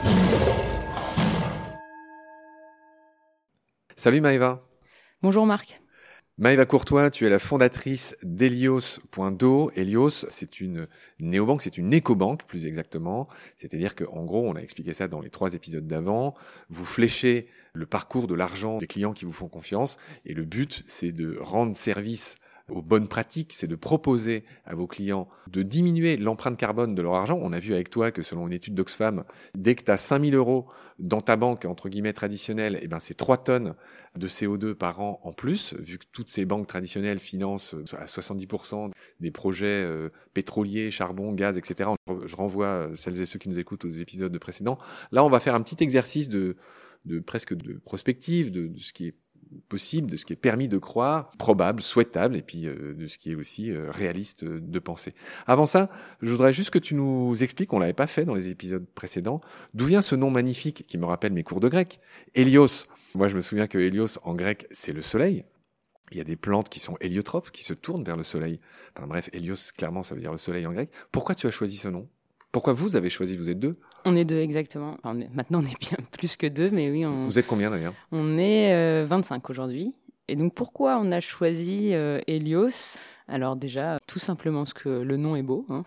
Salut Maëva. Bonjour Marc. Maëva Courtois, tu es la fondatrice d'Helios.do. Helios, c'est une néobanque, c'est une écobanque plus exactement. C'est-à-dire qu'en gros, on a expliqué ça dans les 3 épisodes d'avant, vous fléchez le parcours de l'argent des clients qui vous font confiance et le but, c'est de rendre service aux bonnes pratiques, c'est de proposer à vos clients de diminuer l'empreinte carbone de leur argent. On a vu avec toi que selon une étude d'Oxfam, dès que tu as 5 000 euros dans ta banque, entre guillemets, traditionnelle, eh ben, c'est 3 tonnes de CO2 par an en plus, vu que toutes ces banques traditionnelles financent à 70% des projets pétroliers, charbon, gaz, etc. Je renvoie celles et ceux qui nous écoutent aux épisodes précédents. Là, on va faire un petit exercice de presque de prospective, de ce qui est possible, de ce qui est permis de croire, probable, souhaitable, et puis de ce qui est aussi réaliste de penser. Avant ça, je voudrais juste que tu nous expliques, on l'avait pas fait dans les épisodes précédents, d'où vient ce nom magnifique qui me rappelle mes cours de grec, Hélios. Moi, je me souviens que Hélios, en grec, c'est le soleil. Il y a des plantes qui sont héliotropes, qui se tournent vers le soleil. Enfin bref, Hélios, clairement, ça veut dire le soleil en grec. Pourquoi tu as choisi ce nom ? Pourquoi vous avez choisi ? Vous êtes 2 ? On est 2 exactement. Enfin, maintenant, on est bien plus que 2, mais oui. Vous êtes combien d'ailleurs ? On est 25 aujourd'hui. Et donc, pourquoi on a choisi Helios ? Alors déjà, tout simplement parce que le nom est beau, hein,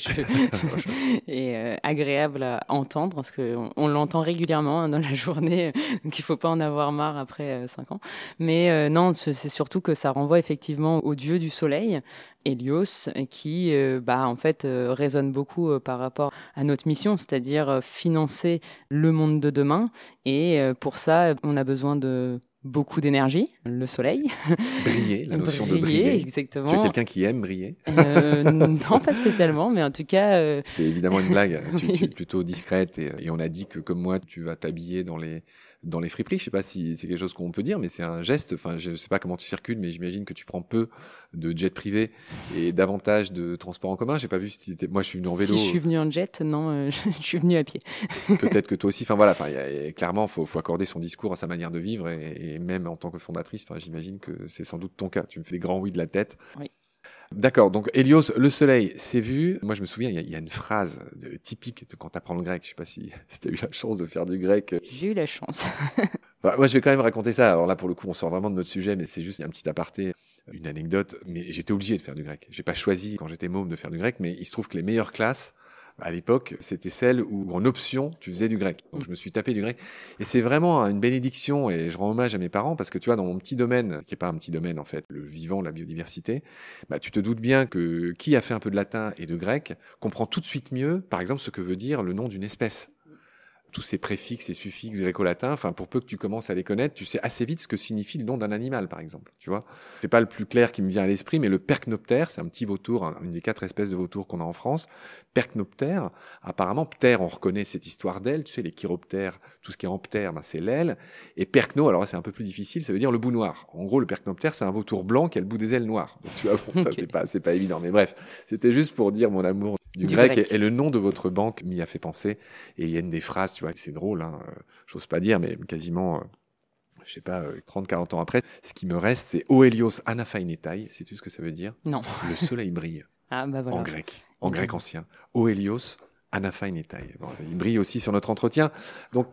et agréable à entendre, parce qu'on l'entend régulièrement dans la journée, donc il ne faut pas en avoir marre après 5 ans. Mais non, c'est surtout que ça renvoie effectivement au dieu du soleil, Hélios, qui en fait résonne beaucoup par rapport à notre mission, c'est-à-dire financer le monde de demain. Et pour ça, on a besoin de beaucoup d'énergie, le soleil. Briller, la notion de briller. Exactement. Tu es quelqu'un qui aime briller ? Non, pas spécialement, mais en tout cas... C'est évidemment une blague. Tu es plutôt discrète et on a dit que comme moi, tu vas t'habiller dans les friperies. Je sais pas si c'est quelque chose qu'on peut dire, mais c'est un geste. Enfin, je sais pas comment tu circules, mais j'imagine que tu prends peu de jet privé et davantage de transport en commun. J'ai pas vu si moi je suis venu en vélo. Si je suis venu en jet, non, je suis venu à pied. Peut-être que toi aussi. Enfin voilà. Enfin, clairement, faut accorder son discours à sa manière de vivre et même en tant que fondatrice. Enfin, j'imagine que c'est sans doute ton cas. Tu me fais des grands oui de la tête. Oui. D'accord, donc Hélios, le soleil, c'est vu. Moi, je me souviens, il y a une phrase typique de quand tu apprends le grec. Je sais pas si tu as eu la chance de faire du grec. J'ai eu la chance. Moi, je vais quand même raconter ça. Alors là, pour le coup, on sort vraiment de notre sujet, mais c'est juste un petit aparté, une anecdote. Mais j'étais obligé de faire du grec. J'ai pas choisi, quand j'étais môme, de faire du grec, mais il se trouve que les meilleures classes, à l'époque, c'était celle où, en option, tu faisais du grec. Donc, je me suis tapé du grec. Et c'est vraiment une bénédiction, et je rends hommage à mes parents, parce que tu vois, dans mon petit domaine, qui est pas un petit domaine, en fait, le vivant, la biodiversité, tu te doutes bien que qui a fait un peu de latin et de grec comprend tout de suite mieux, par exemple, ce que veut dire le nom d'une espèce. Tous ces préfixes et suffixes gréco-latins, enfin, pour peu que tu commences à les connaître, tu sais assez vite ce que signifie le nom d'un animal, par exemple, tu vois. C'est pas le plus clair qui me vient à l'esprit, mais le percnoptère, c'est un petit vautour, une des 4 espèces de vautours qu'on a en France. Percnoptère, apparemment, ptère, on reconnaît cette histoire d'aile, tu sais, les chiroptères, tout ce qui est en ptère, c'est l'aile. Et percno, alors là, c'est un peu plus difficile, ça veut dire le bout noir. En gros, le percnoptère, c'est un vautour blanc qui a le bout des ailes noires. Donc, tu vois, bon, ça, c'est pas évident. Mais bref, c'était juste pour dire mon amour du grec. Et le nom de votre banque m'y a fait penser. Et il y a une des phrases, tu vois, c'est drôle, hein, j'ose pas dire, mais quasiment, je sais pas, 30-40 ans après, ce qui me reste, c'est O Hélios Anaphainetai. Sais-tu ce que ça veut dire ? Non. Le soleil brille. Ah, bah voilà. En grec ancien. O Hélios Anaphainetai. Bon, il brille aussi sur notre entretien. Donc,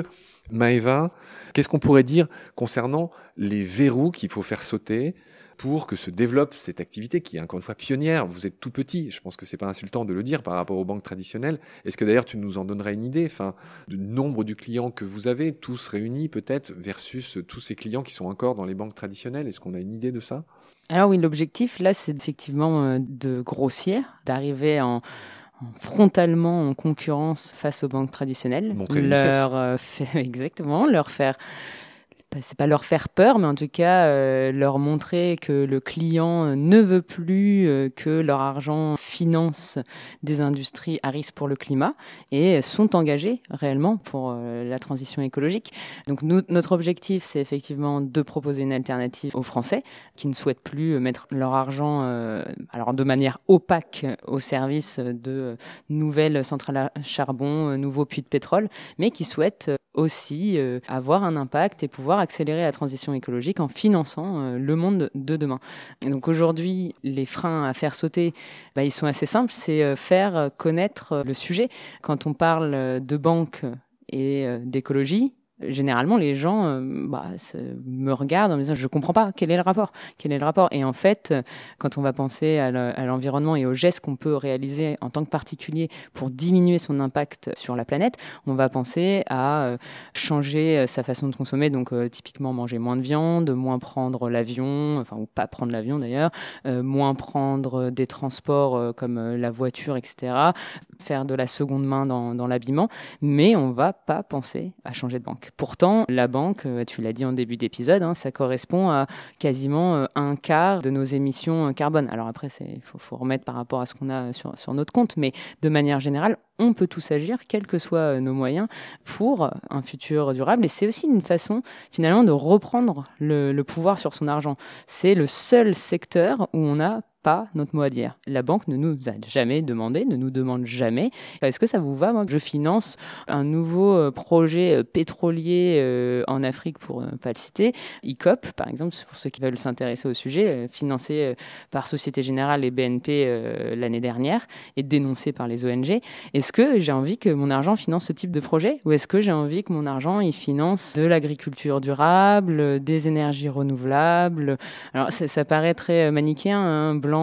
Maëva, qu'est-ce qu'on pourrait dire concernant les verrous qu'il faut faire sauter pour que se développe cette activité qui est encore une fois pionnière? Vous êtes tout petit, je pense que c'est pas insultant de le dire par rapport aux banques traditionnelles. Est-ce que d'ailleurs tu nous en donnerais une idée, du nombre du client que vous avez, tous réunis peut-être, versus tous ces clients qui sont encore dans les banques traditionnelles? Est-ce qu'on a une idée de ça? Alors oui, l'objectif là, c'est effectivement de grossir, d'arriver frontalement en concurrence face aux banques traditionnelles. Montrer les biceps. Exactement, c'est pas leur faire peur, mais en tout cas leur montrer que le client ne veut plus que leur argent finance des industries à risque pour le climat et sont engagés réellement pour la transition écologique. Donc notre objectif, c'est effectivement de proposer une alternative aux Français qui ne souhaitent plus mettre leur argent alors de manière opaque au service de nouvelles centrales à charbon, nouveaux puits de pétrole, mais qui souhaitent aussi avoir un impact et pouvoir accélérer la transition écologique en finançant le monde de demain. Et donc aujourd'hui, les freins à faire sauter, ils sont assez simples, c'est faire connaître le sujet. Quand on parle de banques et d'écologie, généralement, les gens me regardent en me disant je comprends pas, quel est le rapport? Et en fait, quand on va penser à l'environnement et aux gestes qu'on peut réaliser en tant que particulier pour diminuer son impact sur la planète, on va penser à changer sa façon de consommer, donc typiquement manger moins de viande, moins prendre l'avion, ou pas prendre l'avion d'ailleurs, moins prendre des transports comme la voiture, etc., faire de la seconde main dans l'habillement, mais on va pas penser à changer de banque. Pourtant, la banque, tu l'as dit en début d'épisode, ça correspond à quasiment un quart de nos émissions carbone. Alors après, il faut remettre par rapport à ce qu'on a sur notre compte, mais de manière générale, on peut tous agir, quels que soient nos moyens, pour un futur durable. Et c'est aussi une façon, finalement, de reprendre le pouvoir sur son argent. C'est le seul secteur où on a pas notre mot à dire. La banque ne nous a jamais demandé, ne nous demande jamais est-ce que ça vous va, moi, que je finance un nouveau projet pétrolier en Afrique, pour ne pas le citer, ICOP, par exemple, pour ceux qui veulent s'intéresser au sujet, financé par Société Générale et BNP l'année dernière et dénoncé par les ONG. Est-ce que j'ai envie que mon argent finance ce type de projet, ou est-ce que j'ai envie que mon argent il finance de l'agriculture durable, des énergies renouvelables? Alors ça paraît très manichéen, blanc,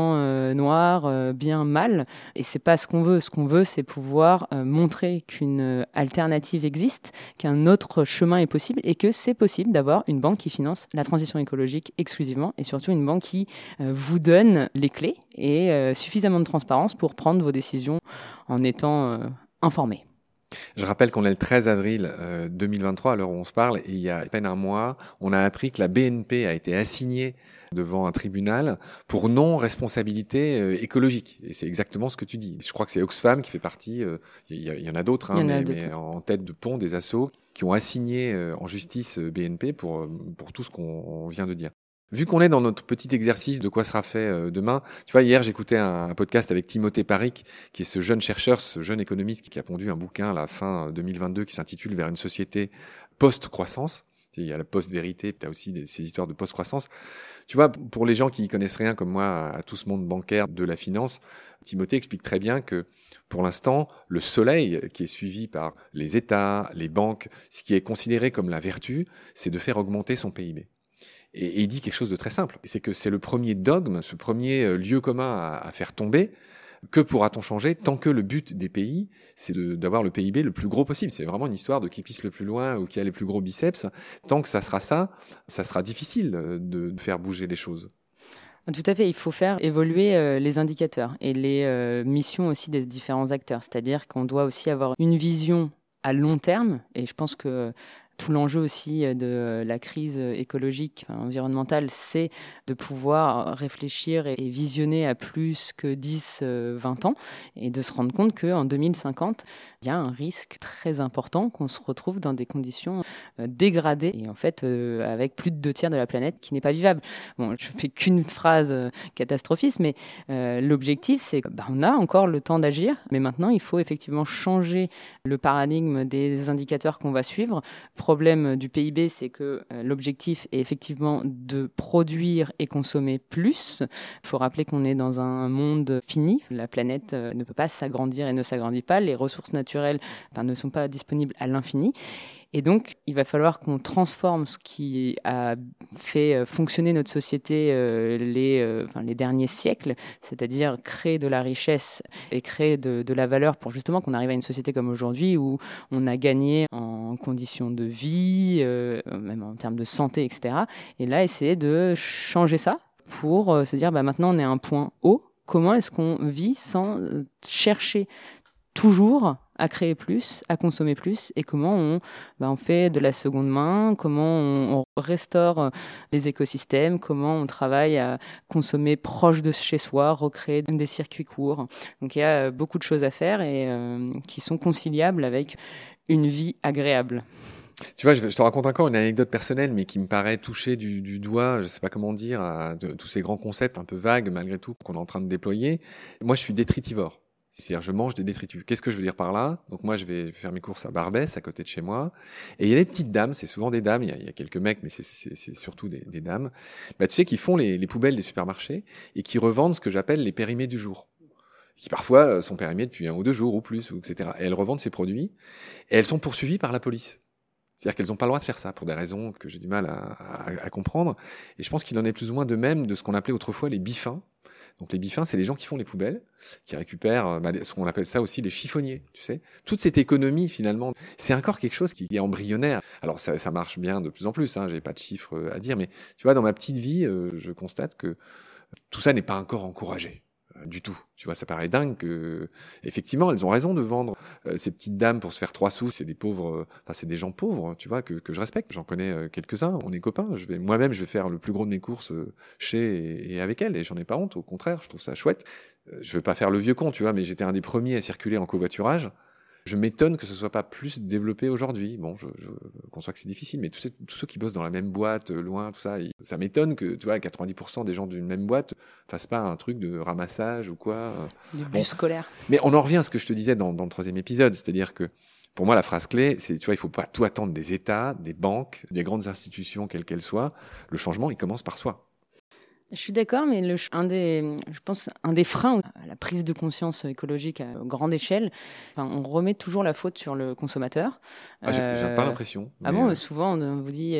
noir, bien, mal, et c'est pas ce qu'on veut. Ce qu'on veut, c'est pouvoir montrer qu'une alternative existe, qu'un autre chemin est possible, et que c'est possible d'avoir une banque qui finance la transition écologique exclusivement, et surtout une banque qui vous donne les clés et suffisamment de transparence pour prendre vos décisions en étant informé. Je rappelle qu'on est le 13 avril 2023, à l'heure où on se parle, et il y a à peine un mois, on a appris que la BNP a été assignée devant un tribunal pour non-responsabilité écologique. Et c'est exactement ce que tu dis. Je crois que c'est Oxfam qui fait partie, il y en a d'autres, mais en tête de pont des assos, qui ont assigné en justice BNP pour tout ce qu'on vient de dire. Vu qu'on est dans notre petit exercice de quoi sera fait demain, tu vois, hier j'écoutais un podcast avec Timothée Paric, qui est ce jeune chercheur, ce jeune économiste qui a pondu un bouquin à la fin 2022 qui s'intitule Vers une société post-croissance. Il y a la post-vérité, tu as aussi ces histoires de post-croissance. Tu vois, pour les gens qui connaissent rien comme moi à tout ce monde bancaire de la finance, Timothée explique très bien que pour l'instant, le soleil qui est suivi par les États, les banques, ce qui est considéré comme la vertu, c'est de faire augmenter son PIB. Et il dit quelque chose de très simple, c'est que c'est le premier dogme, ce premier lieu commun à faire tomber. Que pourra-t-on changer tant que le but des pays, c'est d'avoir le PIB le plus gros possible? C'est vraiment une histoire de qui pisse le plus loin ou qui a les plus gros biceps. Tant que ça sera difficile de faire bouger les choses. Tout à fait, il faut faire évoluer les indicateurs et les missions aussi des différents acteurs. C'est-à-dire qu'on doit aussi avoir une vision à long terme, et je pense que tout l'enjeu aussi de la crise écologique, environnementale, c'est de pouvoir réfléchir et visionner à plus que 10, 20 ans, et de se rendre compte qu'en 2050, il y a un risque très important qu'on se retrouve dans des conditions dégradées, et en fait avec plus de 2 tiers de la planète qui n'est pas vivable. Bon, je ne fais qu'une phrase catastrophiste, mais l'objectif, c'est qu'on a encore le temps d'agir, mais maintenant, il faut effectivement changer le paradigme des indicateurs qu'on va suivre. Problème du PIB, c'est que l'objectif est effectivement de produire et consommer plus. Il faut rappeler qu'on est dans un monde fini. La planète ne peut pas s'agrandir et ne s'agrandit pas. Les ressources naturelles ne sont pas disponibles à l'infini. Et donc, il va falloir qu'on transforme ce qui a fait fonctionner notre société les derniers siècles, c'est-à-dire créer de la richesse et créer de la valeur pour justement qu'on arrive à une société comme aujourd'hui où on a gagné en conditions de vie, même en termes de santé, etc. Et là, essayer de changer ça pour se dire maintenant on est à un point haut. Comment est-ce qu'on vit sans chercher toujours à créer plus, à consommer plus, et comment on fait de la seconde main, comment on restaure les écosystèmes, comment on travaille à consommer proche de chez soi, recréer des circuits courts. Donc il y a beaucoup de choses à faire et qui sont conciliables avec une vie agréable. Tu vois, je te raconte encore une anecdote personnelle, mais qui me paraît toucher du doigt, je sais pas comment dire, à tous ces grands concepts un peu vagues, malgré tout, qu'on est en train de déployer. Moi, je suis détritivore. C'est-à-dire, je mange des détritus. Qu'est-ce que je veux dire par là? Donc moi, je vais faire mes courses à Barbès, à côté de chez moi. Et il y a des petites dames, c'est souvent des dames, il y a quelques mecs, mais c'est surtout des dames. Tu sais, qui font les poubelles des supermarchés et qui revendent ce que j'appelle les périmés du jour. qui parfois sont périmés depuis 1 ou 2 jours ou plus, etc. Et elles revendent ces produits, et elles sont poursuivies par la police. C'est-à-dire qu'elles n'ont pas le droit de faire ça, pour des raisons que j'ai du mal à comprendre. Et je pense qu'il en est plus ou moins de même de ce qu'on appelait autrefois les bifins. Donc les bifins, c'est les gens qui font les poubelles, qui récupèrent ce qu'on appelle ça aussi les chiffonniers, tu sais. Toute cette économie, finalement, c'est encore quelque chose qui est embryonnaire. Alors ça marche bien de plus en plus, hein, j'ai pas de chiffres à dire, mais tu vois, dans ma petite vie, je constate que tout ça n'est pas encore encouragé. Du tout. Tu vois, ça paraît dingue que, effectivement, elles ont raison de vendre ces petites dames pour se faire 3 sous. C'est des pauvres, c'est des gens pauvres, tu vois, que je respecte. J'en connais quelques-uns. On est copains. Moi-même, je vais faire le plus gros de mes courses chez et avec elles. Et j'en ai pas honte. Au contraire, je trouve ça chouette. Je veux pas faire le vieux con, tu vois, mais j'étais un des premiers à circuler en covoiturage. Je m'étonne que ce soit pas plus développé aujourd'hui. Bon, je conçois que c'est difficile, mais tous ceux qui bossent dans la même boîte, loin, tout ça, ça m'étonne que, tu vois, 90% des gens d'une même boîte fassent pas un truc de ramassage ou quoi. Du bus scolaire. Mais on en revient à ce que je te disais dans le 3e épisode, c'est-à-dire que, pour moi, la phrase clé, c'est, tu vois, il faut pas tout attendre des États, des banques, des grandes institutions, quelles qu'elles soient. Le changement, il commence par soi. Je suis d'accord, mais un des freins à la prise de conscience écologique à grande échelle, on remet toujours la faute sur le consommateur. J'ai pas l'impression. Ah bon, souvent on vous dit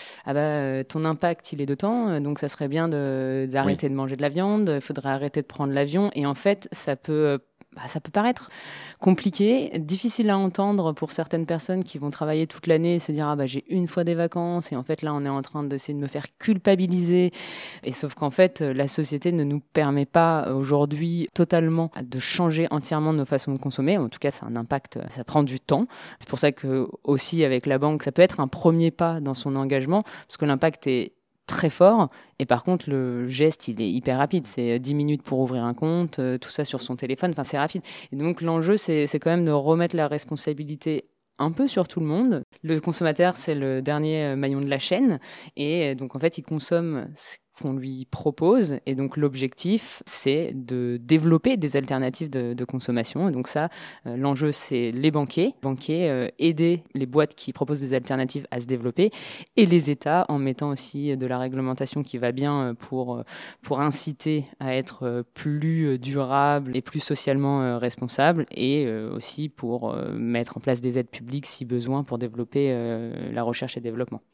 ton impact il est de temps, donc ça serait bien d'arrêter de manger de la viande, il faudrait arrêter de prendre l'avion, et en fait ça peut paraître compliqué, difficile à entendre pour certaines personnes qui vont travailler toute l'année et se dire j'ai une fois des vacances, et en fait là on est en train d'essayer de me faire culpabiliser, et sauf qu'en fait la société ne nous permet pas aujourd'hui totalement de changer entièrement nos façons de consommer. En tout cas, c'est un impact, ça prend du temps. C'est pour ça que aussi avec la banque, ça peut être un premier pas dans son engagement, parce que l'impact est très fort, et par contre le geste il est hyper rapide, c'est 10 minutes pour ouvrir un compte, tout ça sur son téléphone, c'est rapide, et donc l'enjeu c'est quand même de remettre la responsabilité un peu sur tout le monde. Le consommateur, c'est le dernier maillon de la chaîne, et donc en fait il consomme ce qu'on lui propose, et donc l'objectif c'est de développer des alternatives de consommation. Et donc ça, l'enjeu c'est les banquiers aider les boîtes qui proposent des alternatives à se développer, et les États en mettant aussi de la réglementation qui va bien pour inciter à être plus durable et plus socialement responsable, et aussi pour mettre en place des aides publiques si besoin pour développer la recherche et développement.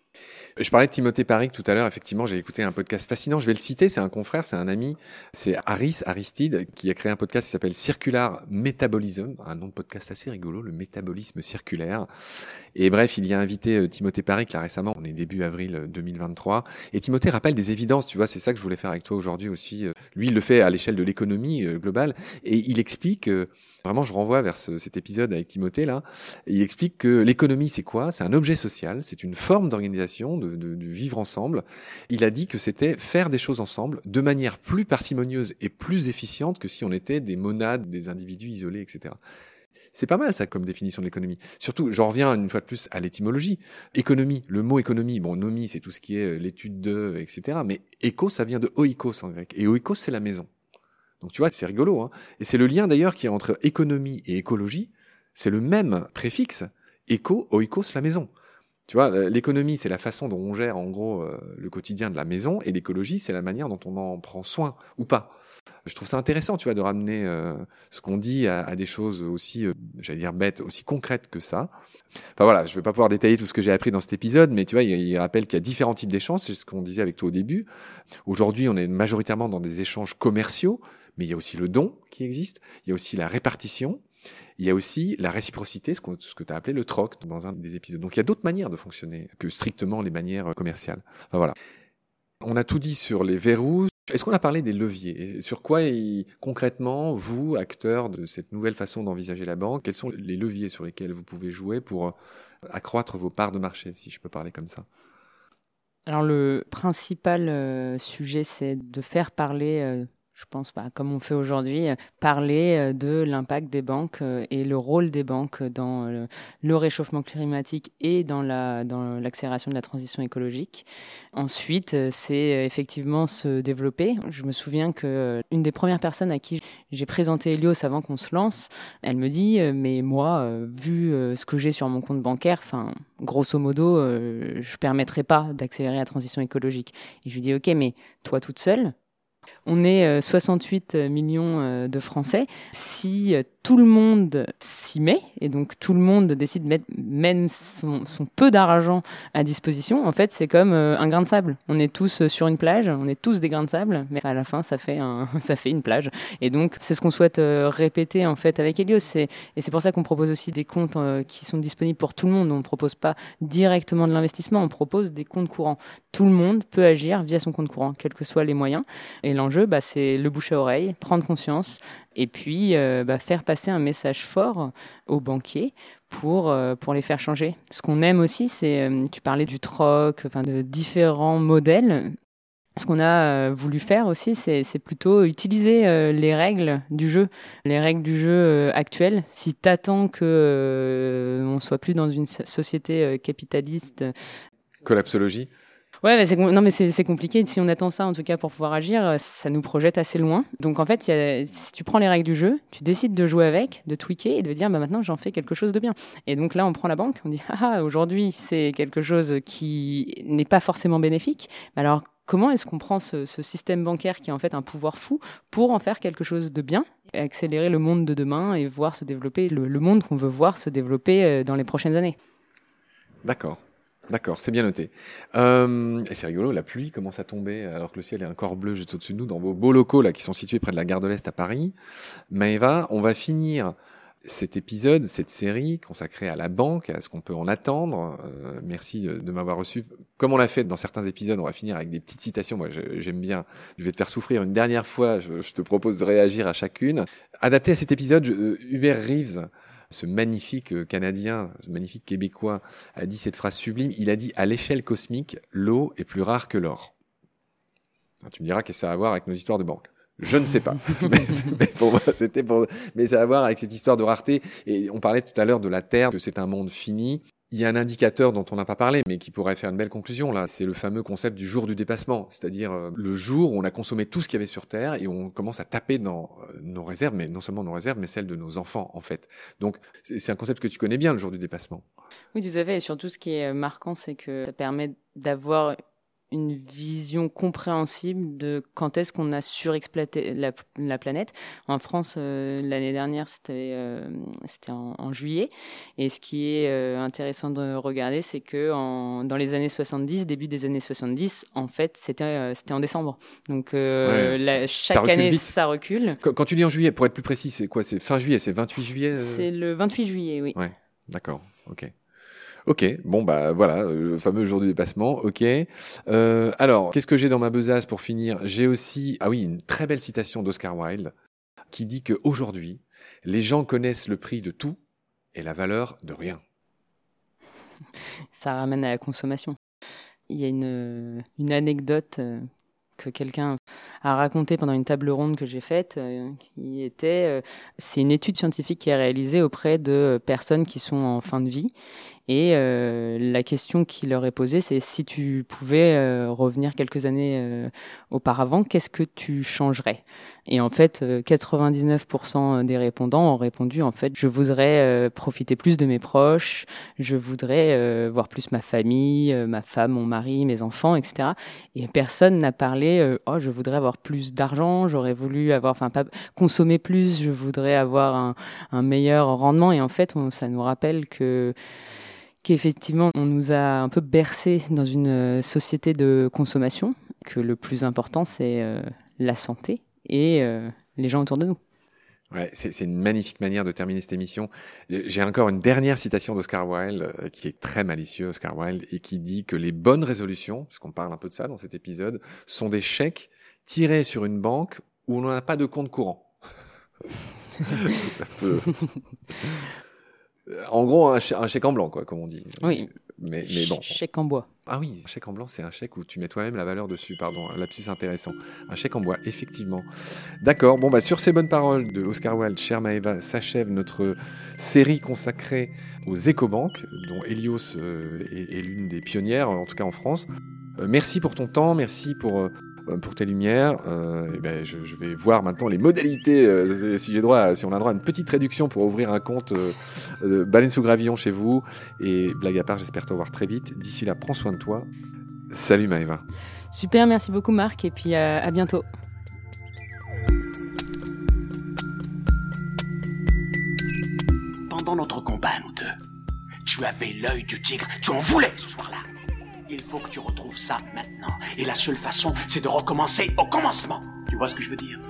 Je parlais de Timothée Parikh tout à l'heure. Effectivement, j'ai écouté un podcast fascinant. Je vais le citer. C'est un confrère, c'est un ami. C'est Aristide, qui a créé un podcast qui s'appelle Circular Metabolism. Un nom de podcast assez rigolo, le métabolisme circulaire. Et bref, il y a invité Timothée Parikh là récemment. On est début avril 2023. Et Timothée rappelle des évidences. Tu vois, c'est ça que je voulais faire avec toi aujourd'hui aussi. Lui, il le fait à l'échelle de l'économie globale. Et il explique, vraiment, je renvoie vers cet épisode avec Timothée là. Il explique que l'économie, c'est quoi? C'est un objet social. C'est une forme d'organisation, de vivre ensemble. Il a dit que c'était faire des choses ensemble de manière plus parcimonieuse et plus efficiente que si on était des monades, des individus isolés, etc. C'est pas mal ça comme définition de l'économie. Surtout, j'en reviens une fois de plus à l'étymologie. Économie, le mot économie, nomie c'est tout ce qui est l'étude de, etc. Mais éco, ça vient de oikos en grec. Et oikos, c'est la maison. Donc tu vois, c'est rigolo, hein. Et c'est le lien d'ailleurs qui est entre économie et écologie. C'est le même préfixe. Éco, oikos, la maison. Tu vois, l'économie, c'est la façon dont on gère, en gros, le quotidien de la maison, et l'écologie, c'est la manière dont on en prend soin, ou pas. Je trouve ça intéressant, tu vois, de ramener ce qu'on dit à des choses aussi, j'allais dire bêtes, aussi concrètes que ça. Enfin voilà, je vais pas pouvoir détailler tout ce que j'ai appris dans cet épisode, mais tu vois, il rappelle qu'il y a différents types d'échanges, c'est ce qu'on disait avec toi au début. Aujourd'hui, on est majoritairement dans des échanges commerciaux, mais il y a aussi le don qui existe, il y a aussi la répartition, il y a aussi la réciprocité, ce que tu as appelé le troc dans un des épisodes. Donc il y a d'autres manières de fonctionner que strictement les manières commerciales. Enfin voilà. On a tout dit sur les verrous. Est-ce qu'on a parlé des leviers? Et sur quoi, concrètement, vous, acteurs de cette nouvelle façon d'envisager la banque, quels sont les leviers sur lesquels vous pouvez jouer pour accroître vos parts de marché, si je peux parler comme ça? Alors le principal sujet, c'est de faire parler, je pense, comme on fait aujourd'hui, parler de l'impact des banques et le rôle des banques dans le réchauffement climatique et dans l'accélération de la transition écologique. Ensuite, c'est effectivement se développer. Je me souviens qu'une des premières personnes à qui j'ai présenté Helios avant qu'on se lance, elle me dit mais moi, vu ce que j'ai sur mon compte bancaire, grosso modo, je ne permettrai pas d'accélérer la transition écologique. Et je lui dis ok, mais toi toute seule, On est 68 millions de Français. Si tout le monde s'y met, et donc tout le monde décide de mettre même son peu d'argent à disposition, en fait, c'est comme un grain de sable. On est tous sur une plage, on est tous des grains de sable, mais à la fin, ça fait une plage. Et donc, c'est ce qu'on souhaite répéter en fait avec Helios. Et c'est pour ça qu'on propose aussi des comptes qui sont disponibles pour tout le monde. On ne propose pas directement de l'investissement, on propose des comptes courants. Tout le monde peut agir via son compte courant, quels que soient les moyens. Et l'enjeu, c'est le bouche à oreille, prendre conscience et puis faire passer un message fort aux banquiers pour les faire changer. Ce qu'on aime aussi, c'est, tu parlais du troc, de différents modèles. Ce qu'on a voulu faire aussi, c'est plutôt utiliser les règles du jeu, actuelles. Si tu attends qu'on ne soit plus dans une société capitaliste... Collapsologie. Ouais, mais c'est compliqué. Si on attend ça, en tout cas, pour pouvoir agir, ça nous projette assez loin. Donc, en fait, si tu prends les règles du jeu, tu décides de jouer avec, de tweaker et de dire, maintenant, j'en fais quelque chose de bien. Et donc là, on prend la banque, on dit, aujourd'hui, c'est quelque chose qui n'est pas forcément bénéfique. Alors, comment est-ce qu'on prend ce système bancaire qui est en fait un pouvoir fou pour en faire quelque chose de bien, accélérer le monde de demain et voir se développer le monde qu'on veut voir se développer dans les prochaines années? D'accord, c'est bien noté. Et c'est rigolo, la pluie commence à tomber alors que le ciel est encore bleu juste au-dessus de nous dans vos beaux locaux là qui sont situés près de la gare de l'Est à Paris. Maëva, on va finir cet épisode, cette série consacrée à la banque, à ce qu'on peut en attendre. Merci de m'avoir reçu. Comme on l'a fait dans certains épisodes, on va finir avec des petites citations. Moi, j'aime bien. Je vais te faire souffrir une dernière fois. Je te propose de réagir à chacune. Adapté à cet épisode, Hubert Reeves, ce magnifique Canadien, ce magnifique Québécois, a dit cette phrase sublime. Il a dit « À l'échelle cosmique, l'eau est plus rare que l'or ». Tu me diras qu'est-ce que ça a à voir avec nos histoires de banque. Je ne sais pas. mais pour moi, mais ça a à voir avec cette histoire de rareté. Et on parlait tout à l'heure de la Terre, que c'est un monde fini. Il y a un indicateur dont on n'a pas parlé, mais qui pourrait faire une belle conclusion, là. C'est le fameux concept du jour du dépassement. C'est-à-dire le jour où on a consommé tout ce qu'il y avait sur Terre et on commence à taper dans nos réserves, mais non seulement nos réserves, mais celles de nos enfants, en fait. Donc, c'est un concept que tu connais bien, le jour du dépassement. Oui, tout à fait. Et surtout, ce qui est marquant, c'est que ça permet d'avoir une vision compréhensible de quand est-ce qu'on a surexploité la planète. En France, l'année dernière, c'était en juillet. Et ce qui est intéressant de regarder, c'est que dans les années 70, début des années 70, en fait, c'était en décembre. Donc, chaque année, ça recule. Quand tu dis en juillet, pour être plus précis, c'est quoi? C'est fin juillet, c'est 28 juillet C'est le 28 juillet, oui. Ouais, d'accord, Ok, bon voilà, le fameux jour du dépassement, ok. Alors, qu'est-ce que j'ai dans ma besace pour finir? J'ai aussi, une très belle citation d'Oscar Wilde qui dit qu'aujourd'hui, les gens connaissent le prix de tout et la valeur de rien. Ça ramène à la consommation. Il y a une anecdote que quelqu'un a racontée pendant une table ronde que j'ai faite, qui était, c'est une étude scientifique qui est réalisée auprès de personnes qui sont en fin de vie. Et la question qui leur est posée, c'est si tu pouvais revenir quelques années auparavant, qu'est-ce que tu changerais? Et en fait, 99% des répondants ont répondu, en fait, je voudrais profiter plus de mes proches, je voudrais voir plus ma famille, ma femme, mon mari, mes enfants, etc. Et personne n'a parlé, je voudrais avoir plus d'argent, j'aurais voulu pas consommer plus, je voudrais avoir un meilleur rendement. Et en fait, ça nous rappelle qu'effectivement, on nous a un peu bercés dans une société de consommation, que le plus important, c'est la santé et les gens autour de nous. Ouais, c'est une magnifique manière de terminer cette émission. J'ai encore une dernière citation d'Oscar Wilde, qui est très malicieux, Oscar Wilde, et qui dit que les bonnes résolutions, parce qu'on parle un peu de ça dans cet épisode, sont des chèques tirés sur une banque où on n'a pas de compte courant. Ça peut... En gros, un chèque en blanc, quoi, comme on dit. Oui. Mais bon. Chèque en bois. Ah oui, un chèque en blanc, c'est un chèque où tu mets toi-même la valeur dessus. Pardon, un lapsus intéressant. Un chèque en bois, effectivement. D'accord. Bon, sur ces bonnes paroles de Oscar Wilde, chère Maëva, s'achève notre série consacrée aux écobanques, dont Helios est l'une des pionnières, en tout cas en France. Merci pour ton temps, merci pour tes lumières. Je vais voir maintenant les modalités, si on a droit à une petite réduction pour ouvrir un compte Baleine sous Gravillon chez vous. Et blague à part, j'espère te revoir très vite. D'ici là, prends soin de toi. Salut Maëva. Super, merci beaucoup Marc, et puis à bientôt. Pendant notre combat, nous deux, tu avais l'œil du tigre, tu en voulais ce soir-là. Il faut que tu retrouves ça maintenant. Et la seule façon, c'est de recommencer au commencement. Tu vois ce que je veux dire ?